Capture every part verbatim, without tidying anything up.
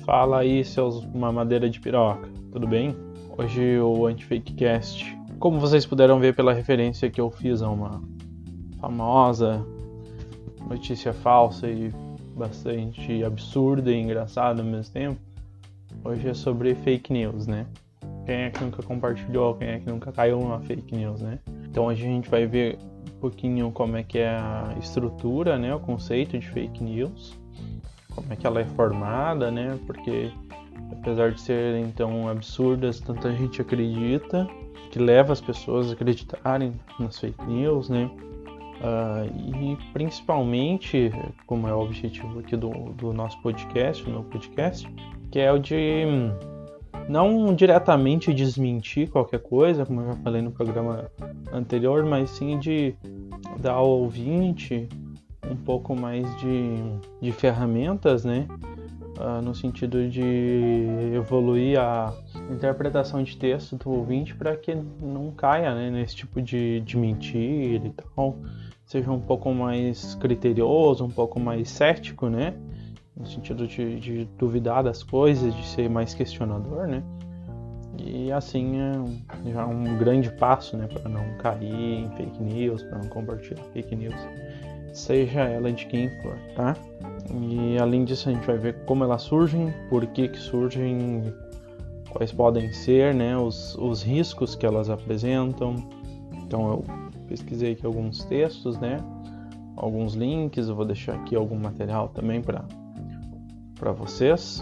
Fala aí, seus mamadeira de piroca, tudo bem? Hoje o Antifakecast, como vocês puderam ver pela referência que eu fiz a uma famosa notícia falsa e bastante absurda e engraçada ao mesmo tempo, hoje é sobre fake news, né? Quem é que nunca compartilhou, quem é que nunca caiu numa fake news, né? Então hoje a gente vai ver um pouquinho como é que é a estrutura, né? O conceito de fake news, como é que ela é formada, né? Porque apesar de serem tão absurdas, tanta gente acredita, que leva as pessoas a acreditarem nas fake news, né? Uh, e principalmente, como é o objetivo aqui do, do nosso podcast, do meu podcast, que é o de não diretamente desmentir qualquer coisa, como eu já falei no programa anterior, mas sim de dar ao ouvinte um pouco mais de, de ferramentas, né? Uh, no sentido de evoluir a interpretação de texto do ouvinte para que não caia, né, nesse tipo de, de mentira e tal, seja um pouco mais criterioso, um pouco mais cético, né, no sentido de, de duvidar das coisas, de ser mais questionador, né, e assim é já um grande passo, né, para não cair em fake news, para não compartilhar fake news, seja ela de quem for, tá? E além disso a gente vai ver como elas surgem, por que que surgem, quais podem ser, né, os, os riscos que elas apresentam. Então eu pesquisei aqui alguns textos, né, alguns links, eu vou deixar aqui algum material também para para vocês.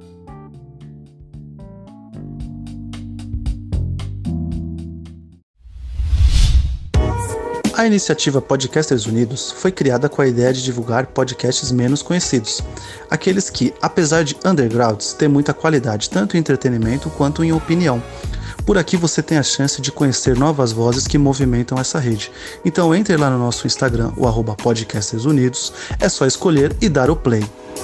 A iniciativa Podcasters Unidos foi criada com a ideia de divulgar podcasts menos conhecidos, aqueles que, apesar de undergrounds, têm muita qualidade tanto em entretenimento quanto em opinião. Por aqui você tem a chance de conhecer novas vozes que movimentam essa rede. Então entre lá no nosso Instagram, o arroba Podcasters Unidos, é só escolher e dar o play.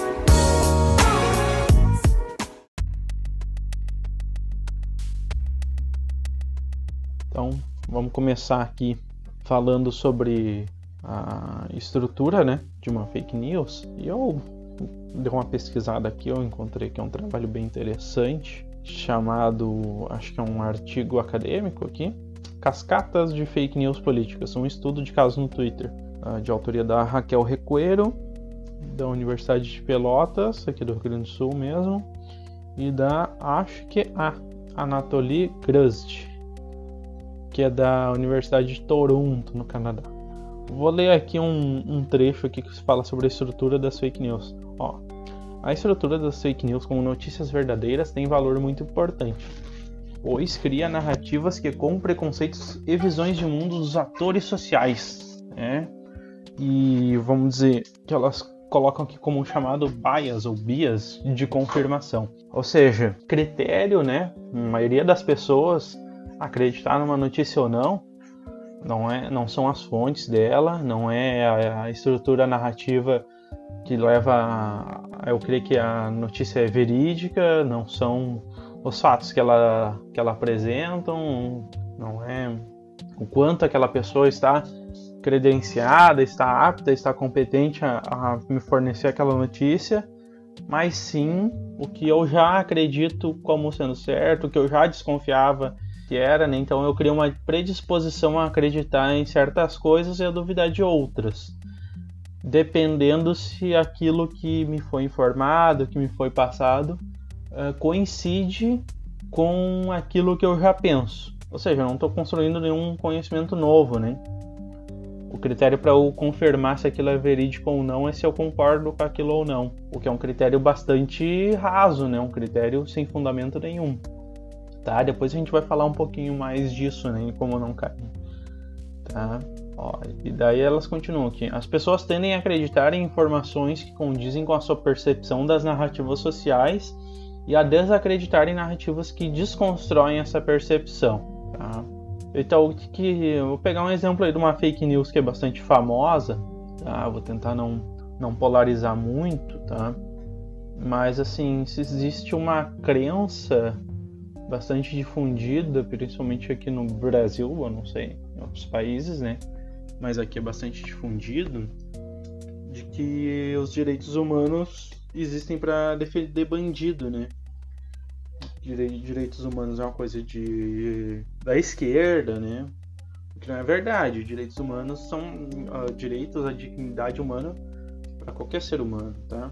Então vamos começar aqui falando sobre a estrutura, né, de uma fake news. E eu dei uma pesquisada aqui, eu encontrei que é um trabalho bem interessante, chamado, acho que é um artigo acadêmico aqui, Cascatas de Fake News Políticas, um estudo de caso no Twitter, de autoria da Raquel Recuero, da Universidade de Pelotas, aqui do Rio Grande do Sul mesmo, e da, acho que a Anatoly Gruzd, que é da Universidade de Toronto, no Canadá. Vou ler aqui um, um trecho aqui que fala sobre a estrutura das fake news. Ó, a estrutura das fake news como notícias verdadeiras tem valor muito importante, pois cria narrativas que com preconceitos e visões de mundo dos atores sociais, né? E vamos dizer que elas colocam aqui como um chamado bias ou bias de confirmação. Ou seja, critério, né? A maioria das pessoas acreditar numa notícia ou não, não, é, não são as fontes dela, não é a, a estrutura narrativa que leva a, a eu creio que a notícia é verídica, não são os fatos que ela, que ela apresenta, não é o quanto aquela pessoa está credenciada, está apta, está competente a, a me fornecer aquela notícia, mas sim o que eu já acredito como sendo certo, o que eu já desconfiava que era, né? Então eu criei uma predisposição a acreditar em certas coisas e a duvidar de outras, dependendo se aquilo que me foi informado, que me foi passado, uh, coincide com aquilo que eu já penso. Ou seja, eu não estou construindo nenhum conhecimento novo, né? O critério para eu confirmar se aquilo é verídico ou não é se eu concordo com aquilo ou não, o que é um critério bastante raso, né? Um critério sem fundamento nenhum. Tá? Depois a gente vai falar um pouquinho mais disso, né? Como não cair. Tá? Ó, e daí elas continuam aqui. As pessoas tendem a acreditar em informações que condizem com a sua percepção das narrativas sociais e a desacreditar em narrativas que desconstroem essa percepção. Tá? Então, que, eu vou pegar um exemplo aí de uma fake news que é bastante famosa. Tá? Vou tentar não, não polarizar muito, tá? Mas assim, se existe uma crença bastante difundida, principalmente aqui no Brasil, eu não sei, em outros países, né? Mas aqui é bastante difundido, de que os direitos humanos existem para defender bandido, né? Direitos humanos é uma coisa de da esquerda, né? O que não é verdade. Direitos humanos são uh, direitos à dignidade humana para qualquer ser humano, tá?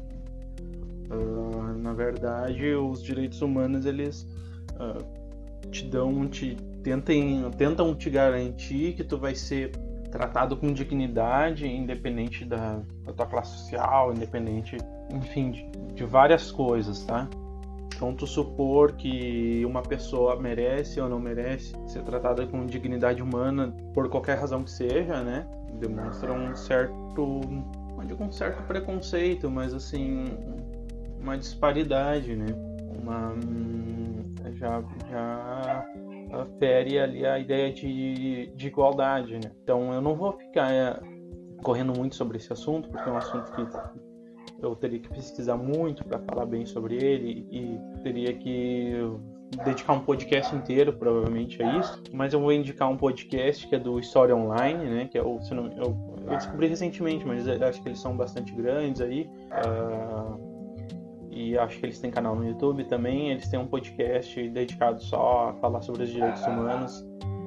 Uh, na verdade, os direitos humanos eles uh, te dão, te tentem, tentam te garantir que tu vai ser tratado com dignidade, independente da, da tua classe social, independente, enfim, de, de várias coisas, tá? Então, tu supor que uma pessoa merece ou não merece ser tratada com dignidade humana por qualquer razão que seja, né? Demonstra um certo, não digo um certo preconceito, mas assim, uma disparidade, né? Uma, já, já fere ali a ideia de, de igualdade, né? Então, eu não vou ficar é, correndo muito sobre esse assunto, porque é um assunto que eu teria que pesquisar muito para falar bem sobre ele e teria que dedicar um podcast inteiro provavelmente a isso, mas eu vou indicar um podcast que é do História Online, né, que é o, não, eu, eu descobri recentemente, mas acho que eles são bastante grandes aí, uh, e acho que eles têm canal no YouTube também. Eles têm um podcast dedicado só a falar sobre os direitos humanos.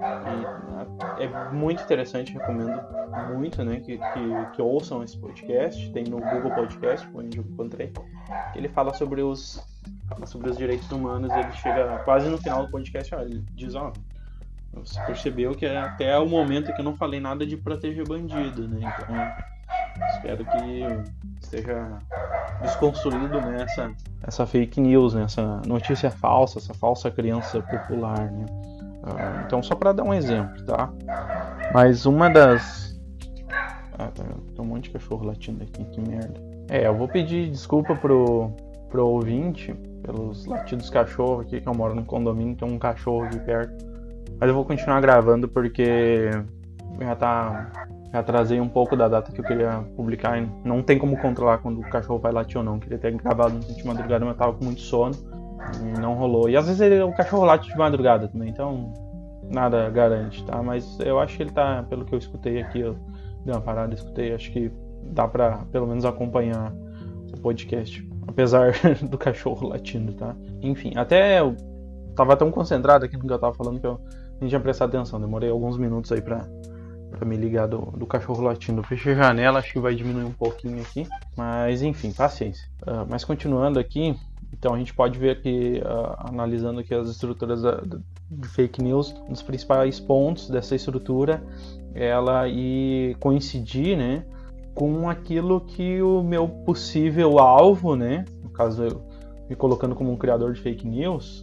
E é muito interessante, recomendo muito, né, que, que, que ouçam esse podcast. Tem no Google Podcast, onde eu encontrei, que ele fala sobre os, fala sobre os direitos humanos. Ele chega quase no final do podcast, ó, ele diz, ó, você percebeu que até o momento que eu não falei nada de proteger bandido, né? Então, espero que esteja desconstruído, né, essa, essa fake news, né, essa notícia falsa, essa falsa crença popular, né? Uh, então, só para dar um exemplo, tá? Mas uma das... Ah, tá, tem um monte de cachorro latindo aqui, que merda. É, eu vou pedir desculpa pro, pro ouvinte pelos latidos dos cachorros aqui, que eu moro num condomínio, tem um cachorro aqui perto. Mas eu vou continuar gravando porque já tá... Já atrasei um pouco da data que eu queria publicar. Não tem como controlar quando o cachorro vai latir ou não. Eu queria ter gravado de madrugada, mas eu tava com muito sono. E não rolou. E às vezes ele, o cachorro late de madrugada também, então nada garante, tá? Mas eu acho que ele tá, pelo que eu escutei aqui, eu dei uma parada, escutei, acho que dá pra pelo menos acompanhar o podcast, apesar do cachorro latindo, tá? Enfim, até eu tava tão concentrado aqui no que eu tava falando que eu nem tinha prestado atenção. Demorei alguns minutos aí pra, pra me ligar do, do cachorro latindo. Eu fechei a janela, acho que vai diminuir um pouquinho aqui, mas enfim, paciência. Uh, mas continuando aqui, então a gente pode ver que, uh, analisando aqui as estruturas da, da, de fake news, um dos principais pontos dessa estrutura é ela ir coincidir, né, com aquilo que o meu possível alvo, né, no caso eu me colocando como um criador de fake news,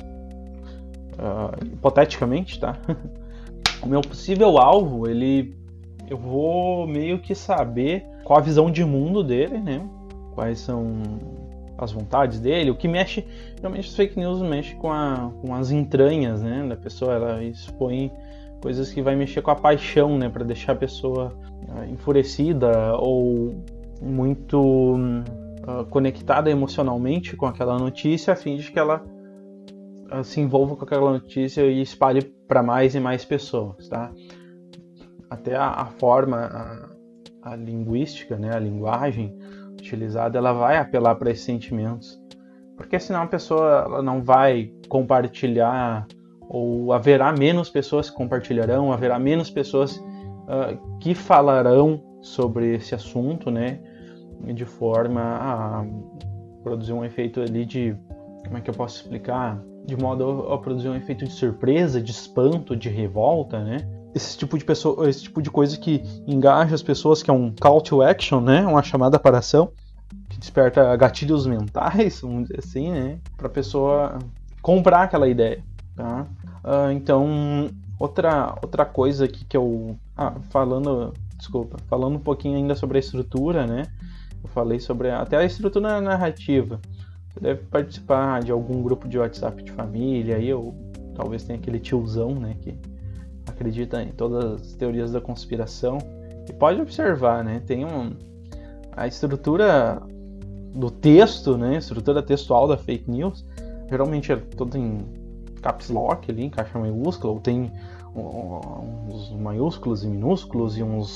uh, hipoteticamente, tá? O meu possível alvo, ele, eu vou meio que saber qual a visão de mundo dele, né, quais são as vontades dele, o que mexe, realmente as fake news mexe com, a, com as entranhas, né, da pessoa. Ela expõe coisas que vai mexer com a paixão, né, para deixar a pessoa uh, enfurecida ou muito uh, conectada emocionalmente com aquela notícia, a fim de que ela uh, se envolva com aquela notícia e espalhe para mais e mais pessoas, tá? Até a, a forma, a, a linguística, né, a linguagem utilizada, ela vai apelar para esses sentimentos, porque senão a pessoa ela não vai compartilhar, ou haverá menos pessoas que compartilharão, haverá menos pessoas uh, que falarão sobre esse assunto, né, de forma a produzir um efeito ali de, como é que eu posso explicar, de modo a produzir um efeito de surpresa, de espanto, de revolta, né? Esse tipo de pessoa, esse tipo de coisa que engaja as pessoas, que é um call to action, né? Uma chamada para ação, que desperta gatilhos mentais, vamos dizer assim, né? Para a pessoa comprar aquela ideia, tá? Uh, então, outra, outra coisa aqui que eu... Ah, falando... Desculpa. Falando um pouquinho ainda sobre a estrutura, né? Eu falei sobre a, até a estrutura narrativa. Você deve participar de algum grupo de WhatsApp de família, aí, ou talvez tenha aquele tiozão, né? Que acredita em todas as teorias da conspiração, e pode observar, né, tem um, a estrutura do texto, né, a estrutura textual da fake news, geralmente é toda em caps lock ali, em caixa maiúscula, ou tem uns maiúsculos e minúsculos e uns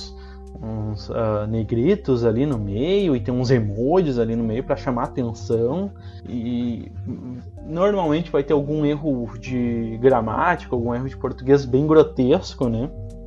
uns uh, negritos ali no meio e tem uns emojis ali no meio para chamar atenção, e normalmente vai ter algum erro de gramática, algum erro de português bem grotesco, né?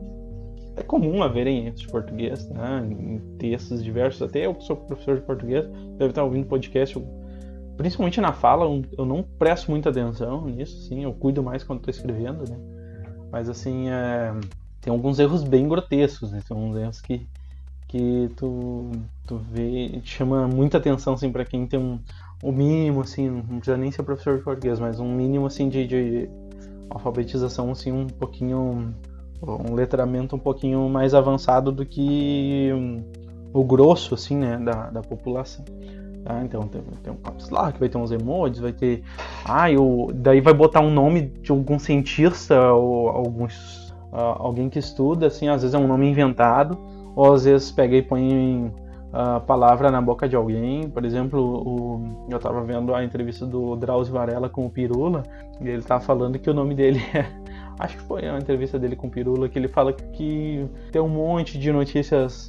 É comum haverem erros de português, né? Em textos diversos. Até eu que sou professor de português, deve estar ouvindo podcast, eu, principalmente na fala, eu não presto muita atenção nisso, assim, eu cuido mais quando estou escrevendo, né? Mas assim, é, tem alguns erros bem grotescos, né? Tem uns erros que, que tu, tu vê, chama muita atenção, assim, para quem tem um, um mínimo, assim, não precisa nem ser professor de português, mas um mínimo, assim, de, de alfabetização, assim, um pouquinho... um letramento um pouquinho mais avançado do que um, o grosso, assim, né, da, da população. Tá? Então tem, tem um caps lock, vai ter uns emojis, vai ter... Ah, eu, daí vai botar um nome de algum cientista ou alguns, uh, alguém que estuda, assim, às vezes é um nome inventado, ou às vezes pega e põe a palavra na boca de alguém. Por exemplo, o, eu estava vendo a entrevista do Drauzio Varela com o Pirula, e ele estava falando que o nome dele é... Acho que foi a entrevista dele com o Pirula, que ele fala que tem um monte de notícias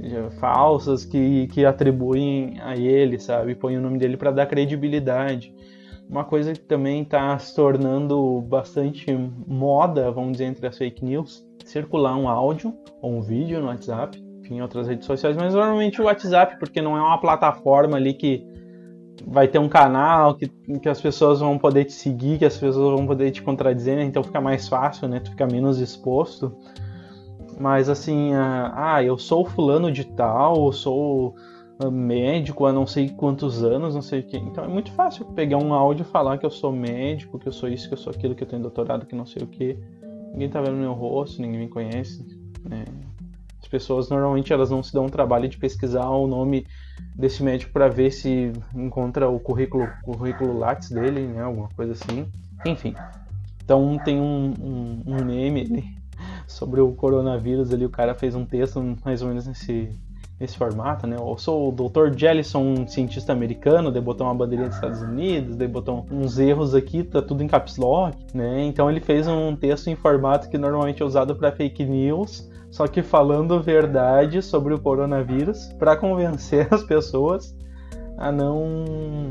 falsas que, que atribuem a ele, sabe? Põe o nome dele para dar credibilidade. Uma coisa que também está se tornando bastante moda, vamos dizer, entre as fake news, circular um áudio ou um vídeo no WhatsApp, enfim, em outras redes sociais, mas normalmente o WhatsApp, porque não é uma plataforma ali que vai ter um canal que, que as pessoas vão poder te seguir, que as pessoas vão poder te contradizer, né? Então fica mais fácil, né? Tu fica menos exposto. Mas assim, ah, eu sou fulano de tal, eu sou médico há não sei quantos anos, não sei o que. Então é muito fácil pegar um áudio e falar que eu sou médico, que eu sou isso, que eu sou aquilo, que eu tenho doutorado, que não sei o que. Ninguém tá vendo meu rosto, ninguém me conhece, né? As pessoas normalmente elas não se dão o trabalho de pesquisar o nome desse médico para ver se encontra o currículo, o currículo Lattes dele, né, alguma coisa assim. Enfim, então tem um, um, um meme ali sobre o coronavírus ali, o cara fez um texto mais ou menos nesse, nesse formato, né? Eu sou o doutor Jellison, um cientista americano, daí botou uma bandeirinha dos Estados Unidos, daí botou uns erros aqui, tá tudo em caps lock, né? Então ele fez um texto em formato que normalmente é usado para fake news, só que falando verdade sobre o coronavírus para convencer as pessoas a não,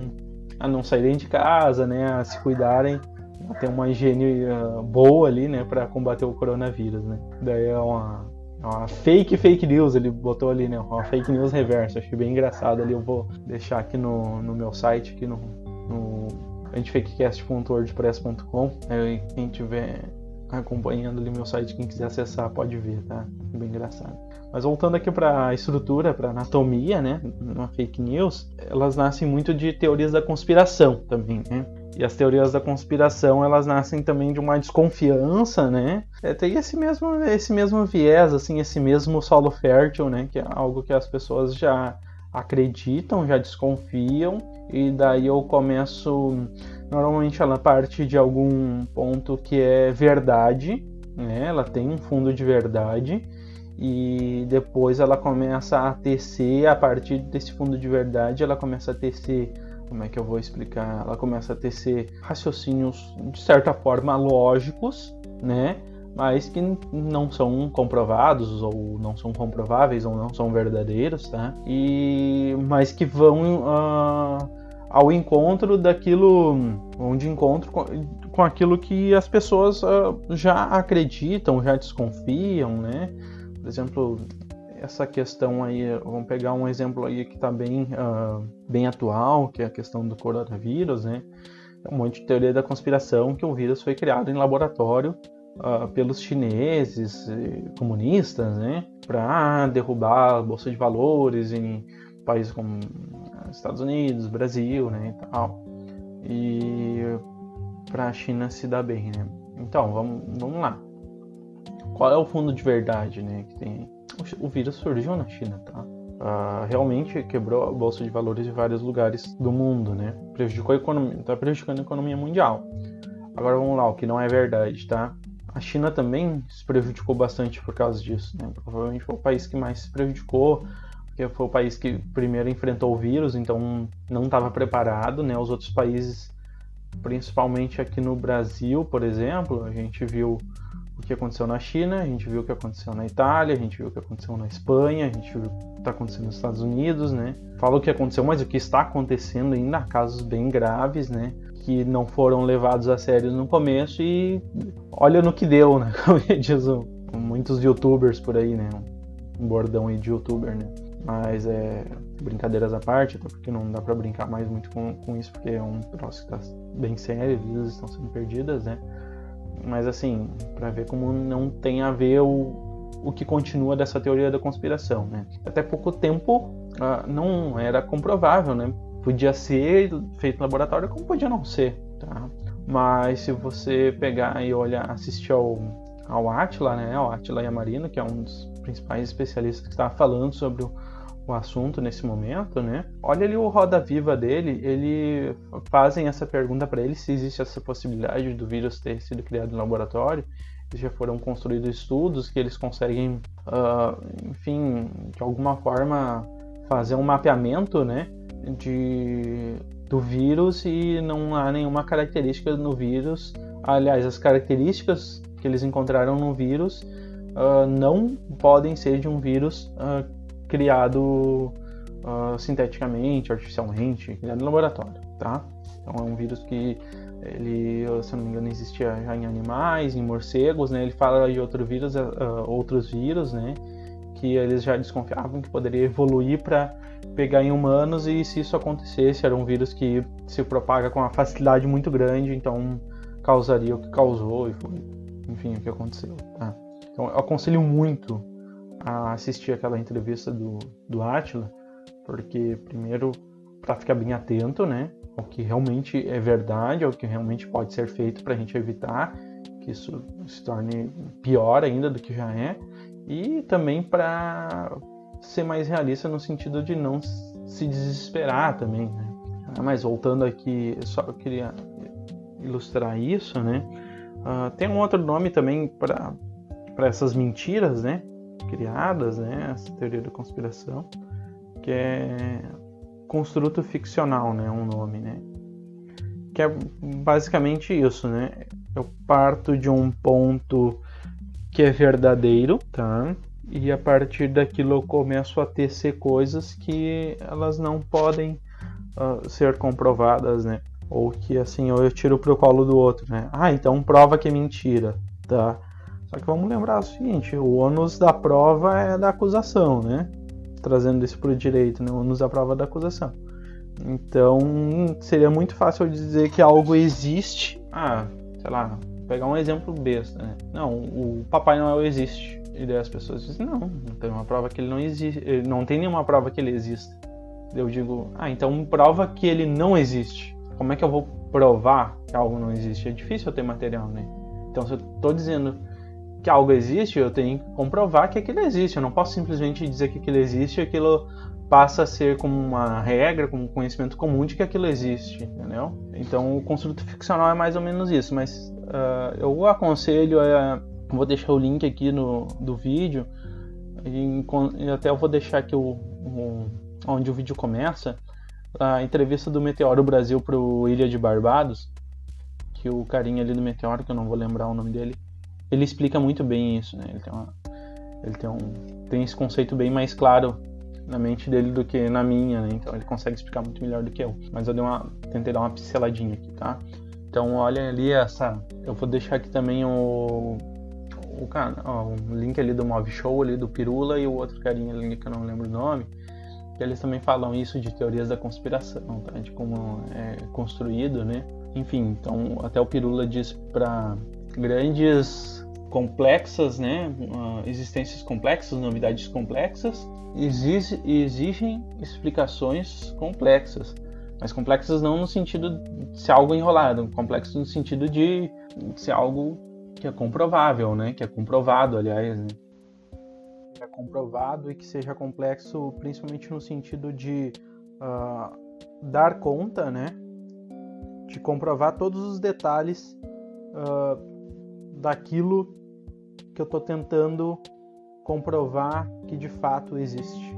a não saírem de casa, né, a se cuidarem, a ter uma higiene uh, boa ali, né, para combater o coronavírus, né. Daí é uma, uma fake fake news, ele botou ali, né, uma fake news reversa. Achei bem engraçado ali. Eu vou deixar aqui no, no meu site, aqui no, no antifakecast ponto wordpress ponto com. Aí quem tiver acompanhando ali meu site, quem quiser acessar pode ver, tá? Bem engraçado. Mas voltando aqui para a estrutura, para a anatomia, né? Uma fake news, elas nascem muito de teorias da conspiração também, né? E as teorias da conspiração, elas nascem também de uma desconfiança, né? É, tem esse mesmo, esse mesmo viés, assim, esse mesmo solo fértil, né? Que é algo que as pessoas já acreditam, já desconfiam, e daí eu começo... Normalmente ela parte de algum ponto que é verdade, né? Ela tem um fundo de verdade, e depois ela começa a tecer, a partir desse fundo de verdade, ela começa a tecer, como é que eu vou explicar? Ela começa a tecer raciocínios, de certa forma, lógicos, né? Mas que não são comprovados, ou não são comprováveis, ou não são verdadeiros, tá? E... mas que vão... Uh... ao encontro daquilo, vão de encontro com, com aquilo que as pessoas uh, já acreditam, já desconfiam, né? Por exemplo, essa questão aí, vamos pegar um exemplo aí que está bem, uh, bem atual, que é a questão do coronavírus, né? Um monte de teoria da conspiração que o vírus foi criado em laboratório uh, pelos chineses comunistas, né? Para derrubar a bolsa de valores em países como Estados Unidos, Brasil, né, e tal, e para a China se dar bem, né. Então, vamos, vamos lá. Qual é o fundo de verdade, né, que tem? O, o vírus surgiu na China, tá? Uh, realmente quebrou a bolsa de valores em vários lugares do mundo, né? Prejudicou a economia, tá prejudicando a economia mundial. Agora vamos lá, o que não é verdade, tá? A China também se prejudicou bastante por causa disso, né? Provavelmente foi o país que mais se prejudicou, porque foi o país que primeiro enfrentou o vírus, então não estava preparado, né? Os outros países, principalmente aqui no Brasil, por exemplo, a gente viu o que aconteceu na China, a gente viu o que aconteceu na Itália, a gente viu o que aconteceu na Espanha, a gente viu o que está acontecendo nos Estados Unidos, né? Fala o que aconteceu, mas o que está acontecendo ainda há casos bem graves, né? Que não foram levados a sério no começo e olha no que deu, né? Como diz muitos youtubers por aí, né? Um bordão aí de youtuber, né? Mas é brincadeiras à parte, até porque não dá pra brincar mais muito com, com isso, porque é um troço que tá bem sério, vidas estão sendo perdidas, né? Mas assim, pra ver como não tem a ver o, o que continua dessa teoria da conspiração, né? Até pouco tempo uh, não era comprovável, né? Podia ser feito no laboratório, como podia não ser, tá? Mas se você pegar e olhar, assistir ao, ao Átila, né? O Átila Yamarino, que é um dos principais especialistas que está falando sobre o, o assunto nesse momento, né? Olha ali o Roda Viva dele, ele fazem essa pergunta para ele se existe essa possibilidade do vírus ter sido criado no laboratório. Já foram construídos estudos que eles conseguem, uh, enfim, de alguma forma fazer um mapeamento, né? De, do vírus e não há nenhuma característica no vírus. Aliás, as características que eles encontraram no vírus uh, não podem ser de um vírus uh, criado uh, sinteticamente, artificialmente, criado no laboratório, tá? Então é um vírus que ele, se eu não me engano, existia já em animais, em morcegos, né? Ele fala de outro vírus, uh, outros vírus, né? Que eles já desconfiavam que poderia evoluir para pegar em humanos, e se isso acontecesse, era um vírus que se propaga com uma facilidade muito grande, então causaria o que causou e foi, enfim, o que aconteceu, tá? Então eu aconselho muito a assistir aquela entrevista do, do Átila, porque primeiro para ficar bem atento, né, ao que realmente é verdade, ao que realmente pode ser feito para a gente evitar que isso se torne pior ainda do que já é, e também para ser mais realista no sentido de não se desesperar também, né? Mas voltando aqui, só eu queria ilustrar isso, né? Uh, tem um outro nome também para para essas mentiras, né? Criadas, né? Essa teoria da conspiração, que é construto ficcional, né? Um nome, né? Que é basicamente isso, né? Eu parto de um ponto que é verdadeiro, tá? E a partir daquilo eu começo a tecer coisas que elas não podem uh, ser comprovadas, né? Ou que assim, eu tiro pro colo do outro, né? Ah, então prova que é mentira, tá? Só que vamos lembrar o seguinte, o ônus da prova é da acusação, né? Trazendo isso pro direito, né? O ônus da prova é da acusação. Então, seria muito fácil eu dizer que algo existe. Ah, sei lá, vou pegar um exemplo besta, né? Não, o Papai Noel existe. E daí as pessoas dizem, não, não tem uma prova que ele não existe, não tem nenhuma prova que ele exista. Eu digo, ah, então prova que ele não existe. Como é que eu vou provar que algo não existe? É difícil eu ter material, né? Então se eu estou dizendo que algo existe, eu tenho que comprovar que aquilo existe. Eu não posso simplesmente dizer que aquilo existe e aquilo passa a ser como uma regra, como um conhecimento comum de que aquilo existe, entendeu? Então o construto ficcional é mais ou menos isso, mas uh, eu aconselho a... Vou deixar o link aqui no, do vídeo e, e até eu vou deixar aqui o, o, onde o vídeo começa, a entrevista do Meteoro Brasil para o Ilha de Barbados, que o carinha ali do Meteoro, que eu não vou lembrar o nome dele, ele explica muito bem isso, né? Ele tem, uma, ele tem, um, tem esse conceito bem mais claro na mente dele do que na minha, né? Então ele consegue explicar muito melhor do que eu, mas eu dei uma, tentei dar uma pinceladinha aqui, tá? Então olha ali essa, eu vou deixar aqui também o o cara, ó, um link ali do Move Show ali do Pirula e o outro carinha ali que eu não lembro o nome, que eles também falam isso de teorias da conspiração, tá? De como é construído, né? Enfim, então até o Pirula diz para grandes complexas, né? Uh, existências complexas, novidades complexas, exige, exigem explicações complexas, mas complexas não no sentido de ser algo enrolado, complexas no sentido de ser algo que é comprovável, né? Que é comprovado, aliás, né? Que é comprovado e que seja complexo, principalmente no sentido de uh, dar conta, né? De comprovar todos os detalhes uh, daquilo que eu estou tentando comprovar que de fato existe.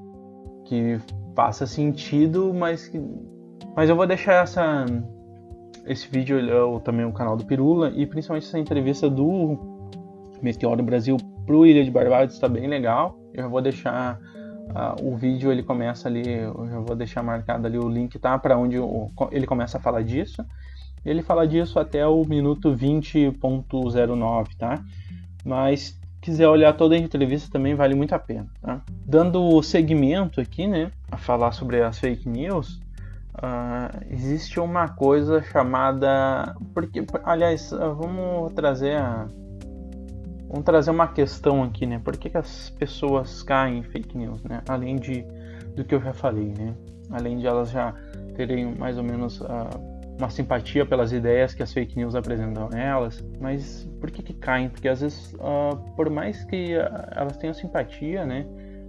Que faça sentido, mas que... Mas eu vou deixar essa... esse vídeo é também o canal do Pirula, e principalmente essa entrevista do Meteoro Brasil pro Ilha de Barbados está bem legal. Eu já vou deixar uh, o vídeo, ele começa ali, eu já vou deixar marcado ali o link, tá? Para onde o, ele começa a falar disso. Ele fala disso até o minuto vinte ponto zero nove, tá? Mas quiser olhar toda a entrevista também vale muito a pena, tá? Dando segmento aqui, né, a falar sobre as fake news, uh, existe uma coisa chamada, porque, aliás, uh, vamos trazer a, vamos trazer uma questão aqui, né? Por que, que as pessoas caem em fake news, né? Além de do que eu já falei, né? Além de elas já terem mais ou menos uh, uma simpatia pelas ideias que as fake news apresentam a elas, mas por que que caem? Porque às vezes, uh, por mais que uh, elas tenham simpatia, né,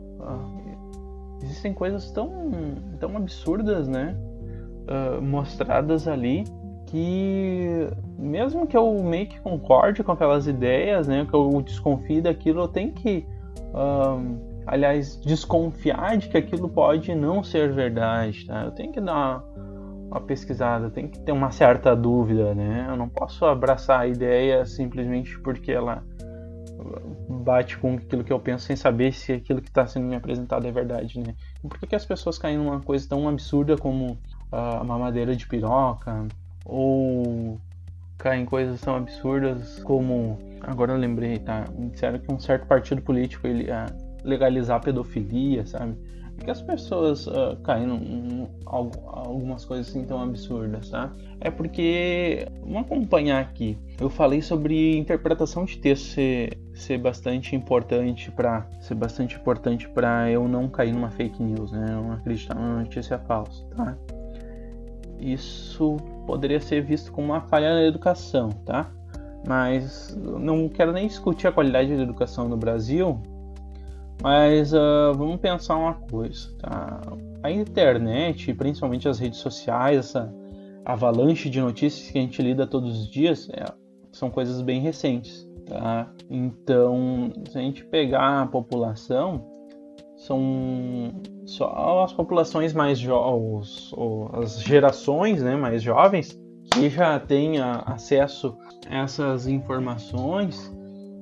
uh, existem coisas tão, tão absurdas, né, uh, mostradas ali, que mesmo que eu meio que concorde com aquelas ideias, né, que eu desconfie daquilo, eu tenho que, uh, aliás, desconfiar de que aquilo pode não ser verdade, tá? Eu tenho que dar uma uma pesquisada, tem que ter uma certa dúvida, né? Eu não posso abraçar a ideia simplesmente porque ela bate com aquilo que eu penso sem saber se aquilo que está sendo me apresentado é verdade, né? E por que que as pessoas caem numa coisa tão absurda como a mamadeira de piroca, ou caem em coisas tão absurdas como, agora eu lembrei, tá? Me disseram que um certo partido político ele ia legalizar a pedofilia, sabe? Por que as pessoas uh, caem em algumas coisas assim tão absurdas, tá? É porque, vamos acompanhar aqui, eu falei sobre interpretação de texto ser, ser bastante importante para ser bastante importante para eu não cair numa fake news, né? Não acreditar numa notícia falsa, tá? Isso poderia ser visto como uma falha na educação, tá? Mas não quero nem discutir a qualidade da educação no Brasil. Mas uh, vamos pensar uma coisa, tá? A internet, principalmente as redes sociais, essa avalanche de notícias que a gente lida todos os dias, é, são coisas bem recentes, tá? Então, se a gente pegar a população, são só as populações mais jovens, ou as gerações, né, mais jovens, que já têm a, acesso a essas informações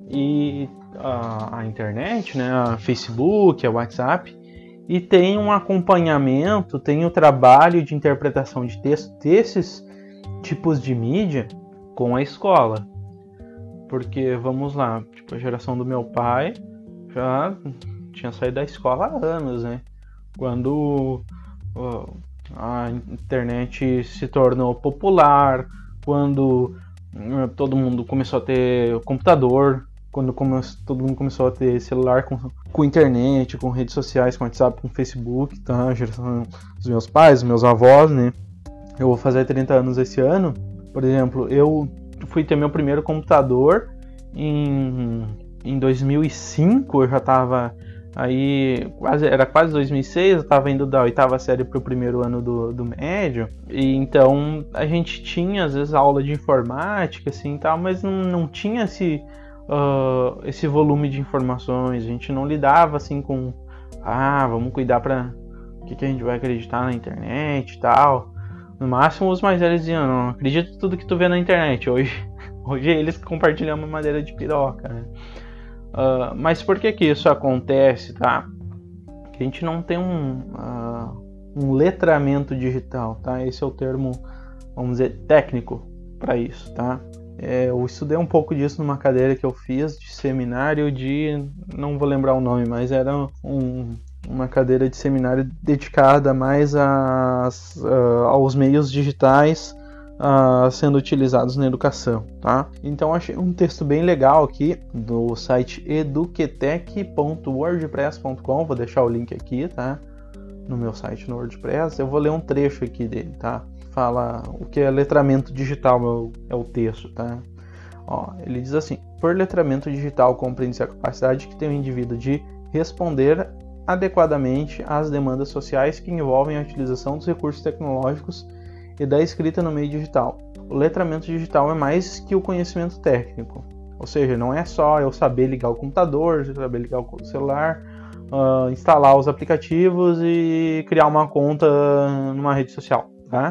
e a, a internet, né, a Facebook, a WhatsApp, e tem um acompanhamento, tem o trabalho de interpretação de texto desses tipos de mídia com a escola. Porque, vamos lá, tipo, a geração do meu pai já tinha saído da escola há anos, né? Quando uh, a internet se tornou popular, quando uh, todo mundo começou a ter computador, quando come- todo mundo começou a ter celular com, com internet, com redes sociais, com WhatsApp, com Facebook, tá? A geração dos meus pais, dos meus avós, né? Eu vou fazer trinta anos esse ano. Por exemplo, eu fui ter meu primeiro computador em, em dois mil e cinco, eu já estava aí, quase, era quase dois mil e seis, eu estava indo da oitava série para o primeiro ano do, do médio, e então a gente tinha às vezes aula de informática, assim, tal, mas não, não tinha esse, uh, esse volume de informações, a gente não lidava assim com, ah, vamos cuidar para o que, que a gente vai acreditar na internet e tal. No máximo os mais velhos diziam, não acredita em tudo que tu vê na internet. Hoje, hoje eles compartilham uma madeira de piroca, né? Uh, mas por que que isso acontece, tá? Que a gente não tem um, uh, um letramento digital, tá? Esse é o termo, vamos dizer, técnico para isso, tá? É, eu estudei um pouco disso numa cadeira que eu fiz de seminário de... não vou lembrar o nome, mas era um... uma cadeira de seminário dedicada mais às, uh, aos meios digitais uh, sendo utilizados na educação, tá? Então achei um texto bem legal aqui do site eduquetec ponto wordpress ponto com, vou deixar o link aqui, tá? No meu site no WordPress, eu vou ler um trecho aqui dele, tá? Fala o que é letramento digital, é o, é o texto, tá? Ó, ele diz assim: por letramento digital compreende-se a capacidade que tem o indivíduo de responder adequadamente às demandas sociais que envolvem a utilização dos recursos tecnológicos e da escrita no meio digital. O letramento digital é mais que o conhecimento técnico, ou seja, não é só eu saber ligar o computador, saber ligar o celular, uh, instalar os aplicativos e criar uma conta numa rede social, tá?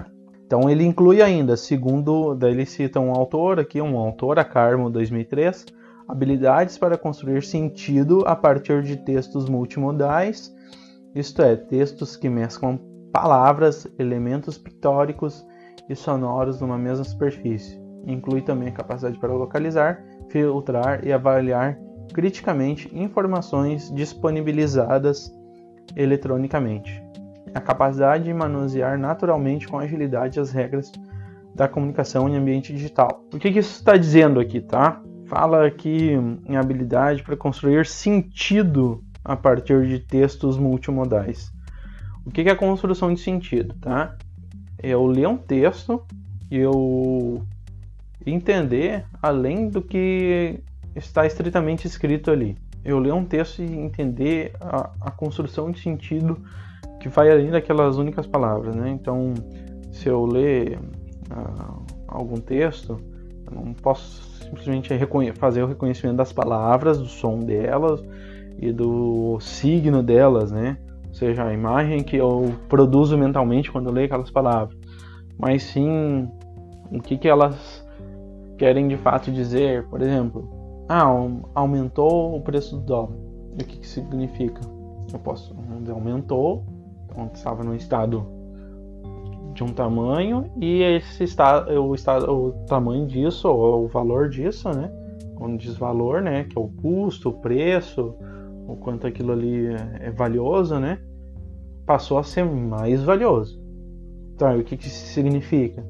Então ele inclui ainda, segundo, daí ele cita um autor aqui, um autor, a Carmo, dois mil e três, habilidades para construir sentido a partir de textos multimodais, isto é, textos que mesclam palavras, elementos pictóricos e sonoros numa mesma superfície. Inclui também a capacidade para localizar, filtrar e avaliar criticamente informações disponibilizadas eletronicamente. A capacidade de manusear naturalmente com agilidade as regras da comunicação em ambiente digital. O que, que isso está dizendo aqui, tá? Fala aqui em habilidade para construir sentido a partir de textos multimodais. O que, que é a construção de sentido, tá? Eu ler um texto e eu entender além do que está estritamente escrito ali. Eu ler um texto e entender a, a construção de sentido que vai além daquelas únicas palavras, né? Então, se eu ler uh, algum texto, eu não posso simplesmente reconhe- fazer o reconhecimento das palavras, do som delas e do signo delas, né? Ou seja, a imagem que eu produzo mentalmente quando eu leio aquelas palavras, mas sim o que, que elas querem de fato dizer. Por exemplo, ah, aumentou o preço do dólar. E o que, que significa? Eu posso dizer, aumentou. Então, estava no estado de um tamanho e esse estado, o, estado, o tamanho disso, ou o valor disso, né? Quando diz valor, né? Que é o custo, o preço, o quanto aquilo ali é valioso, né? Passou a ser mais valioso. Então, o que, que isso significa?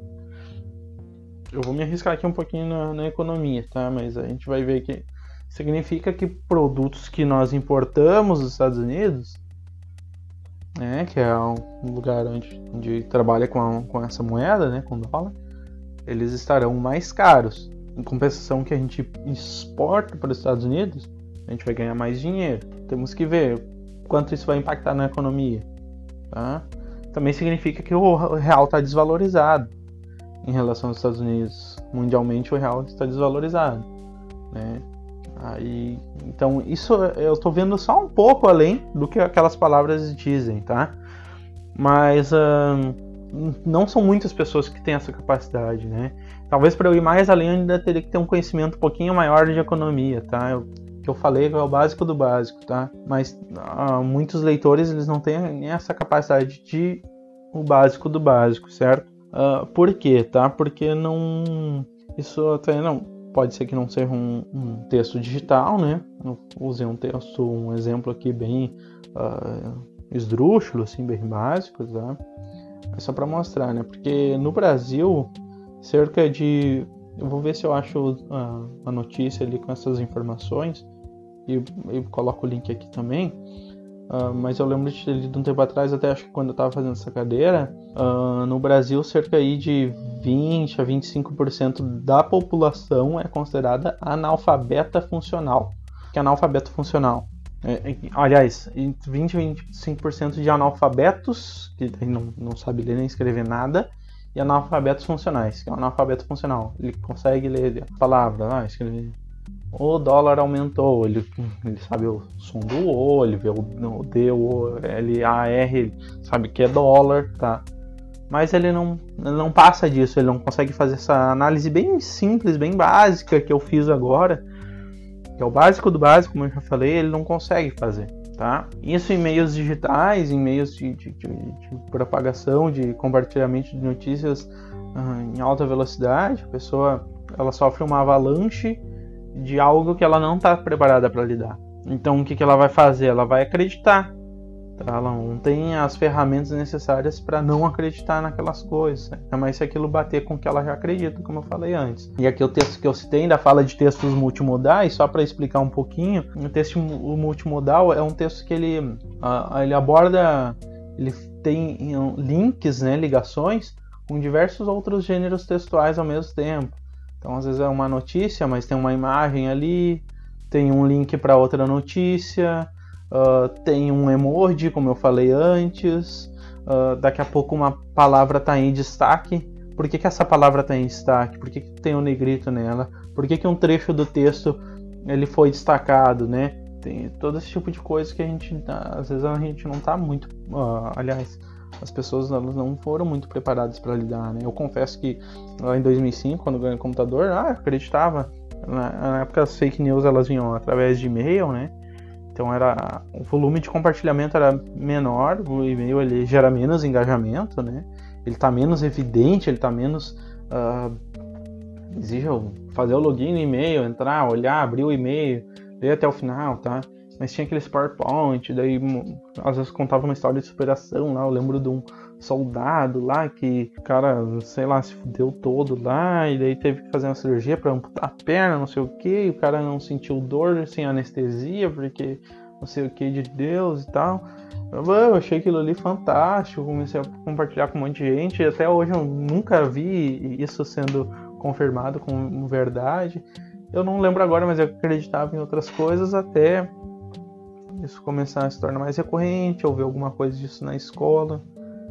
Eu vou me arriscar aqui um pouquinho na, na economia, tá? Mas a gente vai ver que significa que produtos que nós importamos dos Estados Unidos, né, que é um lugar onde, onde trabalha com, a, com essa moeda, né, com dólar, eles estarão mais caros. Em compensação que a gente exporta para os Estados Unidos, a gente vai ganhar mais dinheiro. Temos que ver quanto isso vai impactar na economia, tá? Também significa que o real está desvalorizado em relação aos Estados Unidos. Mundialmente o real está desvalorizado, né? Aí, então isso eu estou vendo só um pouco além do que aquelas palavras dizem, tá? Mas uh, não são muitas pessoas que têm essa capacidade, né? Talvez para eu ir mais além eu ainda teria que ter um conhecimento um pouquinho maior de economia, tá? Eu, que eu falei que é o básico do básico, tá? Mas uh, muitos leitores eles não têm essa capacidade de o básico do básico, certo? Uh, por quê, tá? Porque não... Isso até não... Pode ser que não seja um, um texto digital, né? Eu usei um texto, um exemplo aqui bem uh, esdrúxulo, assim, bem básico, tá? É só para mostrar, né? Porque no Brasil, cerca de... Eu vou ver se eu acho a, a notícia ali com essas informações e, e coloco o link aqui também. Uh, mas eu lembro de ter lido um tempo atrás, até acho que quando eu estava fazendo essa cadeira, uh, no Brasil cerca aí de vinte a vinte e cinco por cento da população é considerada analfabeta funcional. O que é analfabeto funcional? É, é, aliás, vinte a vinte e cinco por cento de analfabetos, que não, não sabe ler nem escrever nada, e analfabetos funcionais, que é um analfabeto funcional. Ele consegue ler a palavra, ah, escrever. O dólar aumentou, ele, ele sabe o som do O, ele vê o, o D, o L, A, R, ele sabe que é dólar, tá? Mas ele não, ele não passa disso, ele não consegue fazer essa análise bem simples, bem básica que eu fiz agora, que é o básico do básico, como eu já falei, ele não consegue fazer, tá? Isso em meios digitais, em meios de, de, de, de propagação, de compartilhamento de notícias uh, em alta velocidade, a pessoa ela sofre uma avalanche de algo que ela não está preparada para lidar. Então o que, que ela vai fazer? Ela vai acreditar. Tá? Ela não tem as ferramentas necessárias para não acreditar naquelas coisas. Né? Mas se aquilo bater com o que ela já acredita, como eu falei antes. E aqui o texto que eu citei ainda fala de textos multimodais, só para explicar um pouquinho. O texto multimodal é um texto que ele, uh, ele aborda, ele tem links, né, ligações com diversos outros gêneros textuais ao mesmo tempo. Então, às vezes é uma notícia, mas tem uma imagem ali, tem um link para outra notícia, uh, tem um emoji, como eu falei antes, uh, daqui a pouco uma palavra está em destaque. Por que, que essa palavra está em destaque? Por que, que tem um negrito nela? Por que, que um trecho do texto ele foi destacado, né? tem todo esse tipo de coisa que a gente, às vezes a gente não tá muito, uh, aliás, as pessoas elas não foram muito preparadas para lidar, né? Eu confesso que lá em dois mil e cinco, quando eu ganhei o computador, ah, eu acreditava, na, na época as fake news elas vinham através de e-mail, né? Então era, o volume de compartilhamento era menor, o e-mail ele gera menos engajamento, né? Ele tá menos evidente, ele tá menos... Uh, exige fazer o login no e-mail, entrar, olhar, abrir o e-mail, ler até o final, tá? Mas tinha aqueles PowerPoint, daí às vezes contava uma história de superação lá, eu lembro de um soldado lá que o cara, sei lá, se fudeu todo lá, e daí teve que fazer uma cirurgia para amputar a perna, não sei o que, e o cara não sentiu dor sem anestesia, porque não sei o que de Deus e tal. Eu achei aquilo ali fantástico, comecei a compartilhar com um monte de gente, e até hoje eu nunca vi isso sendo confirmado como verdade. Eu não lembro agora, mas eu acreditava em outras coisas até isso começar a se tornar mais recorrente, eu ver alguma coisa disso na escola.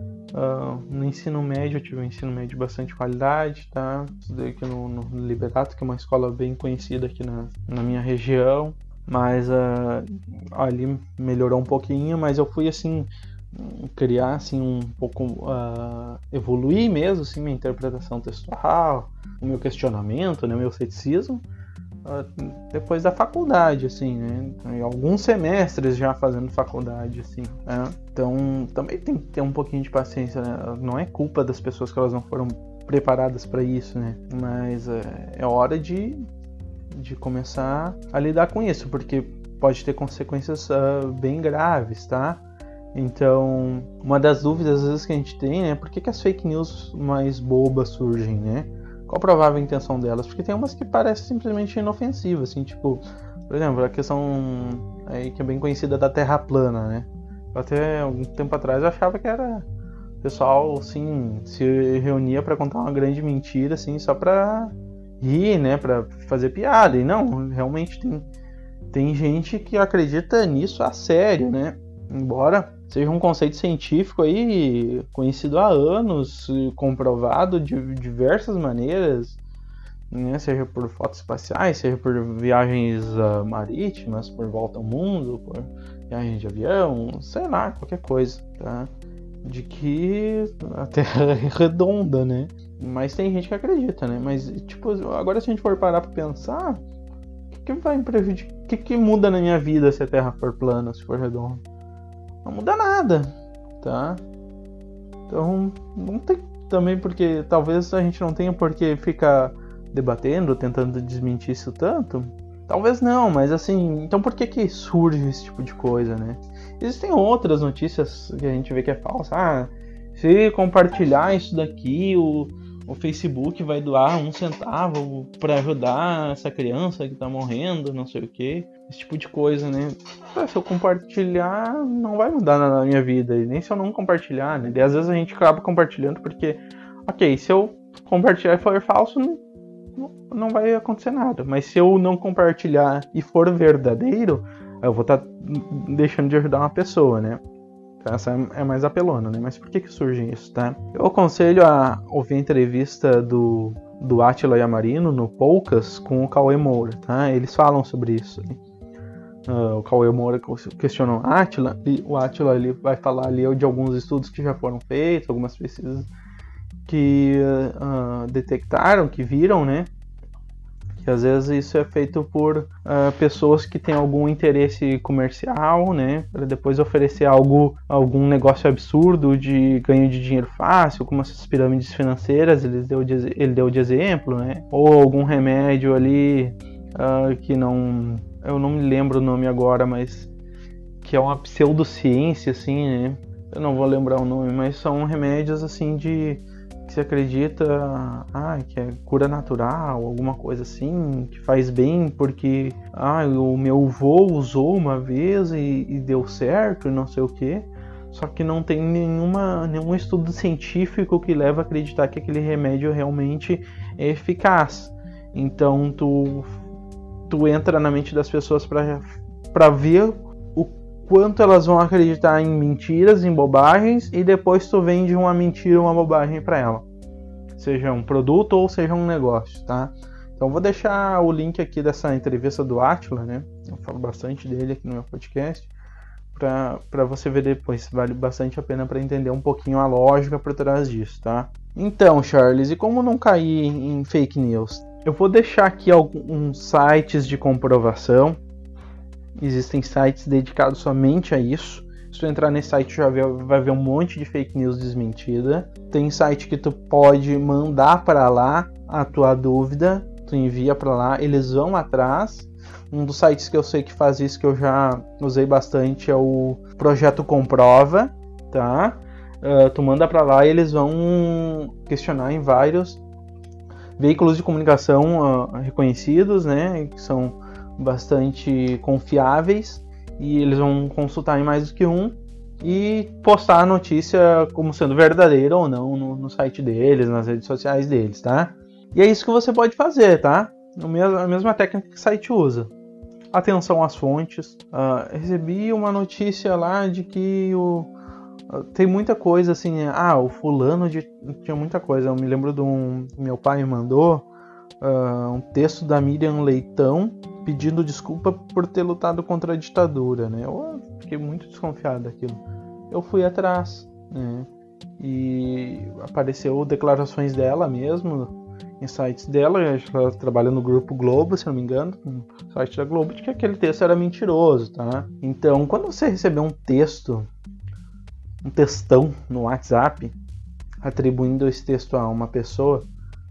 Uh, no ensino médio, eu tive um ensino médio de bastante qualidade, tá? Estudei aqui no, no Liberato, que é uma escola bem conhecida aqui na, na minha região, mas uh, ali melhorou um pouquinho, mas eu fui assim, criar assim um pouco, uh, evoluir mesmo assim, minha interpretação textual, o meu questionamento, né, o meu ceticismo, uh, depois da faculdade, assim, né, em alguns semestres já fazendo faculdade, assim, né? Então também tem que ter um pouquinho de paciência, né? Não é culpa das pessoas que elas não foram preparadas para isso, né, mas uh, é hora de, de começar a lidar com isso, porque pode ter consequências uh, bem graves, tá? Então, uma das dúvidas às vezes que a gente tem, né, por que, que as fake news mais bobas surgem, né? Qual a provável intenção delas? Porque tem umas que parecem simplesmente inofensivas, assim, tipo, por exemplo, a questão aí que é bem conhecida da Terra plana, né? Até algum tempo atrás eu achava que era o pessoal, assim, se reunia para contar uma grande mentira, assim, só pra rir, né, pra fazer piada. E não, realmente tem, tem gente que acredita nisso a sério, né? Embora seja um conceito científico aí conhecido há anos, comprovado de diversas maneiras, né? Seja por fotos espaciais, seja por viagens uh, marítimas, por volta ao mundo, por viagens de avião, sei lá, qualquer coisa, tá? De que a Terra é redonda, né? Mas tem gente que acredita, né? Mas, tipo, agora se a gente for parar pra pensar, o que, que vai me prejudicar? O que, que muda na minha vida se a Terra for plana, se for redonda? Não muda nada, tá? Então, não tem também porque talvez a gente não tenha por que ficar debatendo, tentando desmentir isso tanto. Talvez não, mas assim, então por que que surge esse tipo de coisa, né? Existem outras notícias que a gente vê que é falsa. Ah, se compartilhar isso daqui, o, o Facebook vai doar um centavo para ajudar essa criança que tá morrendo, não sei o que. Esse tipo de coisa, né? Se eu compartilhar, não vai mudar nada na minha vida. E nem se eu não compartilhar, né? E às vezes a gente acaba compartilhando porque, ok, se eu compartilhar e for falso, não, não vai acontecer nada. Mas se eu não compartilhar e for verdadeiro, eu vou estar tá deixando de ajudar uma pessoa, né? Então essa é mais apelona, né? Mas por que que surge isso, tá? Eu aconselho a ouvir a entrevista do, do Átila Yamarino no Poucas com o Cauê Moura, tá? Eles falam sobre isso, né? Uh, o Cauê Moura questionou o Átila, e o Átila ele vai falar ali de alguns estudos que já foram feitos, algumas pesquisas que uh, detectaram, que viram, né, que às vezes isso é feito por uh, pessoas que têm algum interesse comercial, né, para depois oferecer algo, algum negócio absurdo de ganho de dinheiro fácil, como essas pirâmides financeiras, ele deu de, ele deu de exemplo, né, ou algum remédio ali uh, que não... eu não me lembro o nome agora, mas que é uma pseudociência, assim, né? Eu não vou lembrar o nome, mas são remédios, assim, de... que se acredita, ah, que é cura natural, alguma coisa assim, que faz bem porque, ah, o meu avô usou uma vez e, e deu certo, e não sei o quê. Só que não tem nenhuma, nenhum estudo científico que leva a acreditar que aquele remédio realmente é eficaz. Então, tu... tu entra na mente das pessoas para ver o quanto elas vão acreditar em mentiras, em bobagens, e depois tu vende uma mentira, uma bobagem para ela. Seja um produto ou seja um negócio, tá? Então vou deixar o link aqui dessa entrevista do Átila, né? Eu falo bastante dele aqui no meu podcast, para você ver depois, vale bastante a pena para entender um pouquinho a lógica por trás disso, tá? Então, Charles, e como não cair em fake news? Eu vou deixar aqui alguns sites de comprovação. Existem sites dedicados somente a isso. Se tu entrar nesse site, já vai ver um monte de fake news desmentida. Tem site que tu pode mandar para lá a tua dúvida, tu envia para lá, eles vão atrás. Um dos sites que eu sei que faz isso, que eu já usei bastante, é o Projeto Comprova, tá? Uh, tu manda para lá e eles vão questionar em vários veículos de comunicação uh, reconhecidos, né? Que são bastante confiáveis, e eles vão consultar em mais do que um e postar a notícia como sendo verdadeira ou não no, no site deles, nas redes sociais deles, tá? E é isso que você pode fazer, tá? A mesma técnica que o site usa. Atenção às fontes. Uh, recebi uma notícia lá de que o, uh, tem muita coisa assim. Ah, o fulano de, tinha muita coisa. Eu me lembro de um. Meu pai me mandou uh, um texto da Miriam Leitão pedindo desculpa por ter lutado contra a ditadura, né? Eu fiquei muito desconfiado daquilo. Eu fui atrás, né? E apareceu declarações dela mesmo em sites dela. Ela trabalha no Grupo Globo, se não me engano, no site da Globo, de que aquele texto era mentiroso, tá? Então, quando você receber um texto, um textão no WhatsApp, atribuindo esse texto a uma pessoa,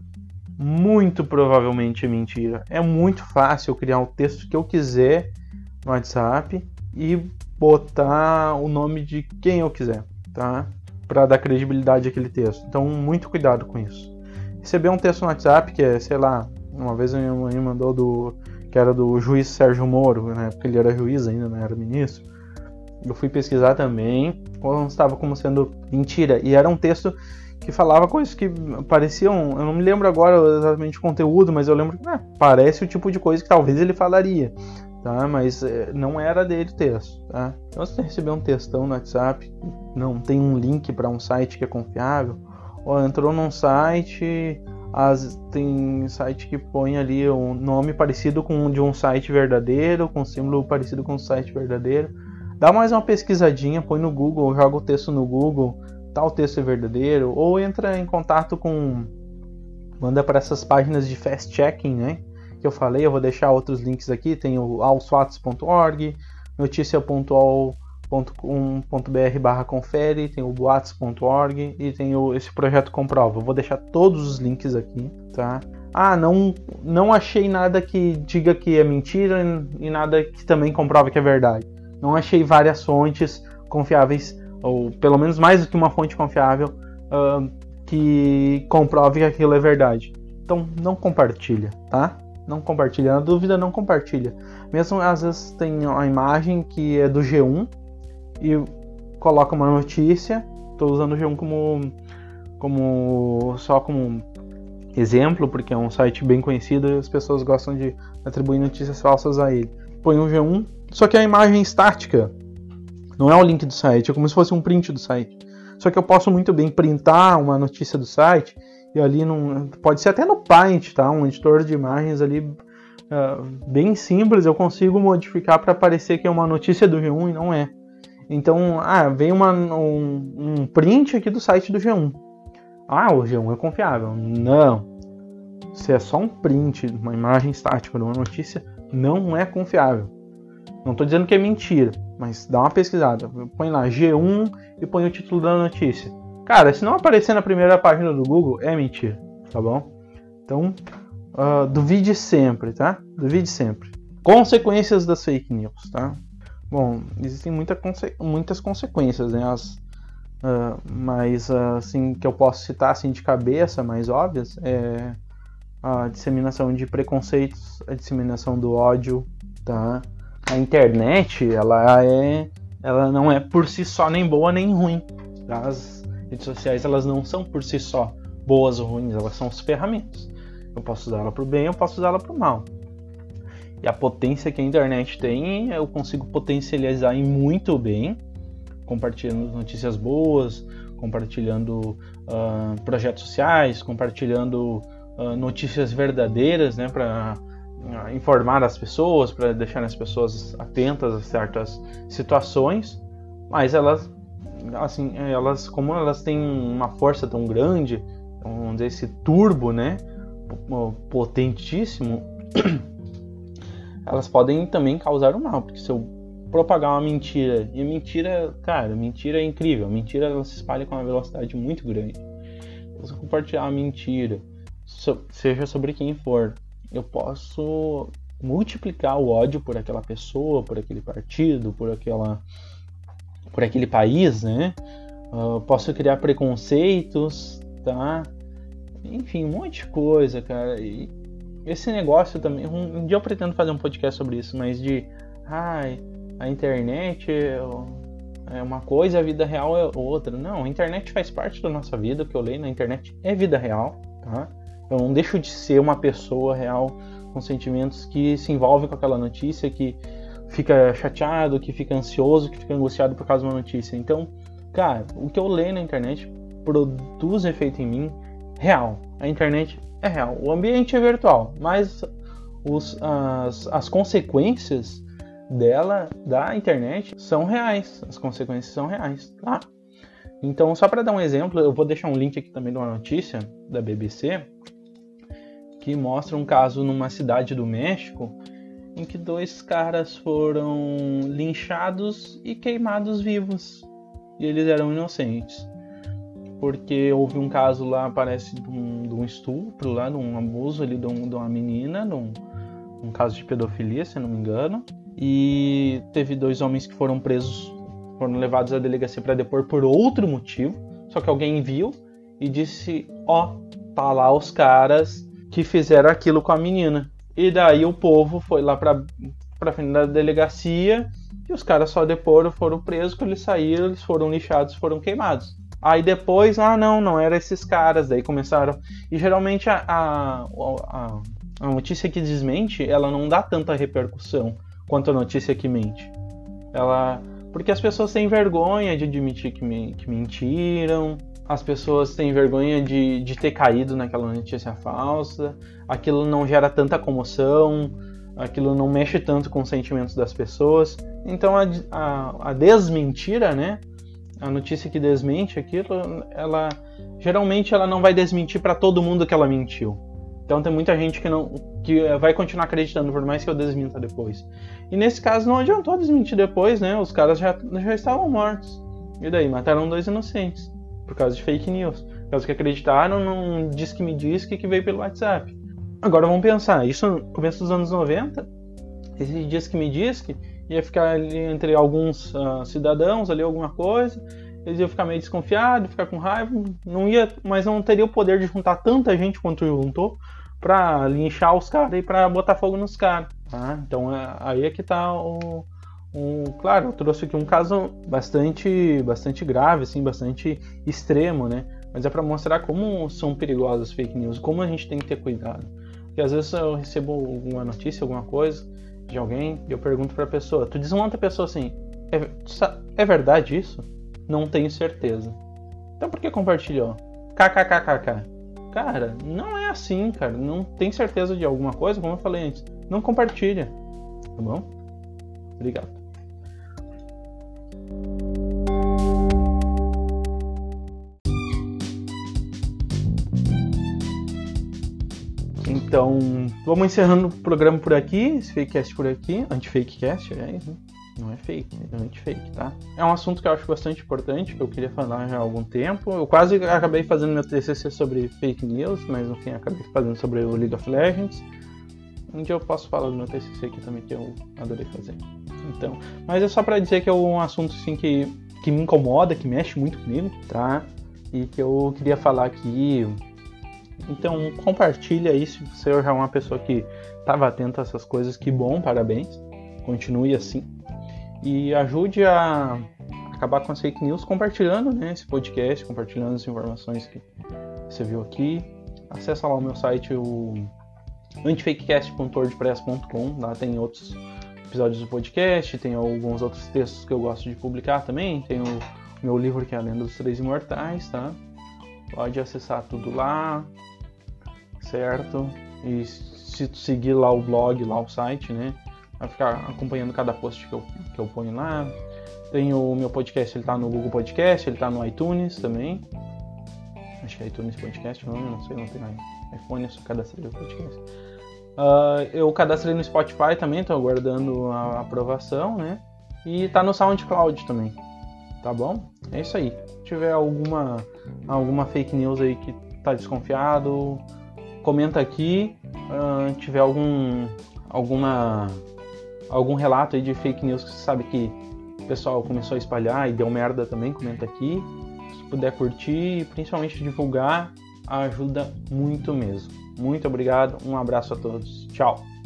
muito provavelmente é mentira. É muito fácil eu criar o texto que eu quiser no WhatsApp e botar o nome de quem eu quiser, tá? Para dar credibilidade àquele texto. Então, muito cuidado com isso. Receber um texto no WhatsApp que é, sei lá, uma vez a minha mãe mandou do, que era do juiz Sérgio Moro, na época ele era juiz ainda, não era ministro. Eu fui pesquisar também, estava como sendo mentira, e era um texto que falava coisas que pareciam, eu não me lembro agora exatamente o conteúdo, mas eu lembro que né, parece o tipo de coisa que talvez ele falaria, tá? Mas é, não era dele o texto, tá? Então se você receber um textão no WhatsApp, não tem um link para um site que é confiável, ou entrou num site, as, tem site que põe ali um nome parecido com o de um site verdadeiro, com símbolo parecido com um site verdadeiro, dá mais uma pesquisadinha, põe no Google, joga o texto no Google, tal texto é verdadeiro, ou entra em contato com, manda para essas páginas de fast-checking, né, que eu falei. Eu vou deixar outros links aqui, tem o allswats ponto org, noticia ponto all ponto com ponto br barra confere, tem o boatos ponto org e tem o, esse projeto Comprova. Eu vou deixar todos os links aqui, tá? Ah, não, não achei nada que diga que é mentira e nada que também comprova que é verdade. Não achei várias fontes confiáveis, ou pelo menos mais do que uma fonte confiável, uh, que comprove que aquilo é verdade. Então não compartilha, tá? Não compartilha. Na dúvida, não compartilha. Mesmo às vezes tem a imagem que é do G um e coloca uma notícia. Estou usando o G um como, como só como exemplo, porque é um site bem conhecido e as pessoas gostam de atribuir notícias falsas a ele. Põe o G um, só que a imagem estática não é o link do site, é como se fosse um print do site. Só que eu posso muito bem printar uma notícia do site e ali num, pode ser até no Paint, tá? Um editor de imagens ali uh, bem simples, eu consigo modificar para parecer que é uma notícia do G um e não é. Então, ah, vem uma, um, um print aqui do site do G um. Ah, o G um é confiável. Não. Se é só um print, uma imagem estática de uma notícia, não é confiável. Não estou dizendo que é mentira, mas dá uma pesquisada. Põe lá G um e põe o título da notícia. Cara, se não aparecer na primeira página do Google, é mentira, tá bom? Então, uh, duvide sempre, tá? Duvide sempre. Consequências das fake news, tá? Bom, existem muita conse- muitas consequências, né? As, uh, mas, uh, assim, que eu posso citar assim, de cabeça, mais óbvias, é a disseminação de preconceitos, a disseminação do ódio, tá? A internet, ela, é, ela não é por si só nem boa nem ruim. Tá? As redes sociais, elas não são por si só boas ou ruins, elas são as ferramentas. Eu posso usar ela para o bem, eu posso usar ela para o mal. E a potência que a internet tem, eu consigo potencializar em muito bem, compartilhando notícias boas, compartilhando uh, projetos sociais, compartilhando uh, notícias verdadeiras, né, para uh, informar as pessoas, para deixar as pessoas atentas a certas situações, mas elas, assim, elas, como elas têm uma força tão grande, vamos dizer, esse turbo, né, potentíssimo, elas podem também causar o mal, porque se eu propagar uma mentira, e a mentira, cara, mentira é incrível, a mentira ela se espalha com uma velocidade muito grande. Se eu compartilhar uma mentira, seja sobre quem for, eu posso multiplicar o ódio por aquela pessoa, por aquele partido, por aquela, por aquele país, né? Uh, posso criar preconceitos, tá? Enfim, um monte de coisa, cara. E esse negócio também, um, um dia eu pretendo fazer um podcast sobre isso, mas de, ai, a internet é uma coisa, a vida real é outra. Não, a internet faz parte da nossa vida, o que eu leio na internet é vida real, tá? Eu não deixo de ser uma pessoa real com sentimentos que se envolve com aquela notícia, que fica chateado, que fica ansioso, que fica angustiado por causa de uma notícia. Então, cara, o que eu leio na internet produz efeito em mim real. A internet é real. O ambiente é virtual, mas os, as, as consequências dela, da internet, são reais. As consequências são reais, tá? Então, só para dar um exemplo, eu vou deixar um link aqui também de uma notícia da B B C que mostra um caso numa cidade do México em que dois caras foram linchados e queimados vivos. E eles eram inocentes. Porque houve um caso lá, parece, de um, de um estupro, lá, de um abuso ali de, um, de uma menina, de um, um caso de pedofilia, se não me engano. E teve dois homens que foram presos, foram levados à delegacia para depor por outro motivo. Só que alguém viu e disse, ó, oh, tá lá os caras que fizeram aquilo com a menina. E daí o povo foi lá pra, pra frente da delegacia e os caras só deporam, foram presos, quando eles saíram, eles foram lixados, foram queimados. Aí depois, ah não, não eram esses caras, daí começaram... E geralmente a, a, a, a notícia que desmente, ela não dá tanta repercussão quanto a notícia que mente. Ela... Porque as pessoas têm vergonha de admitir que, me, que mentiram, as pessoas têm vergonha de, de ter caído naquela notícia falsa, aquilo não gera tanta comoção, aquilo não mexe tanto com os sentimentos das pessoas. Então a, a, a desmentira, né? A notícia que desmente aquilo, ela geralmente ela não vai desmentir para todo mundo que ela mentiu. Então tem muita gente que, não, que vai continuar acreditando, por mais que eu desminta depois. E nesse caso não adiantou desmentir depois, né? Os caras já, já estavam mortos. E daí? Mataram dois inocentes. Por causa de fake news. Por causa que acreditaram num diz-que-me-diz-que que veio pelo WhatsApp. Agora vamos pensar, isso no começo dos anos noventa, esse diz-que-me-diz-que ia ficar ali entre alguns uh, cidadãos, ali alguma coisa, eles iam ficar meio desconfiados, ficar com raiva, não ia, mas não teria o poder de juntar tanta gente quanto juntou pra linchar os caras e pra botar fogo nos caras, tá? Então é, aí é que tá o... Um, claro, eu trouxe aqui um caso bastante, bastante grave, assim, bastante extremo, né? Mas é para mostrar como são perigosas as fake news, como a gente tem que ter cuidado. Porque às vezes eu recebo alguma notícia, alguma coisa de alguém, e eu pergunto para a pessoa, tu desmonta a pessoa assim, é, é verdade isso? Não tenho certeza. Então por que compartilhou? Kkkk. Cara, não é assim, cara. Não tem certeza de alguma coisa, como eu falei antes. Não compartilha, tá bom? Obrigado. Então, vamos encerrando o programa por aqui, esse fakecast por aqui, anti-fakecast, aliás, né? Não é fake, é anti-fake, tá? É um assunto que eu acho bastante importante, que eu queria falar já há algum tempo. Eu quase acabei fazendo meu T C C sobre fake news, mas no fim acabei fazendo sobre o League of Legends. Um dia eu posso falar do meu T C C aqui também, que eu adorei fazer. Então, mas é só pra dizer que é um assunto assim que, que me incomoda, que mexe muito comigo, tá? E que eu queria falar aqui. Então, compartilha isso, se você já é uma pessoa que estava atenta a essas coisas, que bom, parabéns. Continue assim. E ajude a acabar com as fake news compartilhando, né, esse podcast, compartilhando as informações que você viu aqui. Acesse lá o meu site, o antifakecast ponto wordpress ponto com. Lá tem outros episódios do podcast, tem alguns outros textos que eu gosto de publicar também. Tem o meu livro que é A Lenda dos Três Imortais, tá? Pode acessar tudo lá. certo? E se tu seguir lá o blog, lá o site, né? Vai ficar acompanhando cada post que eu, que eu ponho lá. Tem o meu podcast, ele tá no Google Podcast, ele tá no iTunes também. Acho que é iTunes Podcast, não, não sei, não tem iPhone, eu só cadastrei o podcast. Uh, eu cadastrei no Spotify também, tô aguardando a aprovação, né? E tá no SoundCloud também, tá bom? É isso aí. Se tiver alguma, alguma fake news aí que tá desconfiado, comenta aqui. Uh, tiver algum, alguma, algum relato aí de fake news que você sabe que o pessoal começou a espalhar e deu merda também, comenta aqui. Se puder curtir e principalmente divulgar, ajuda muito mesmo. Muito obrigado, um abraço a todos. Tchau!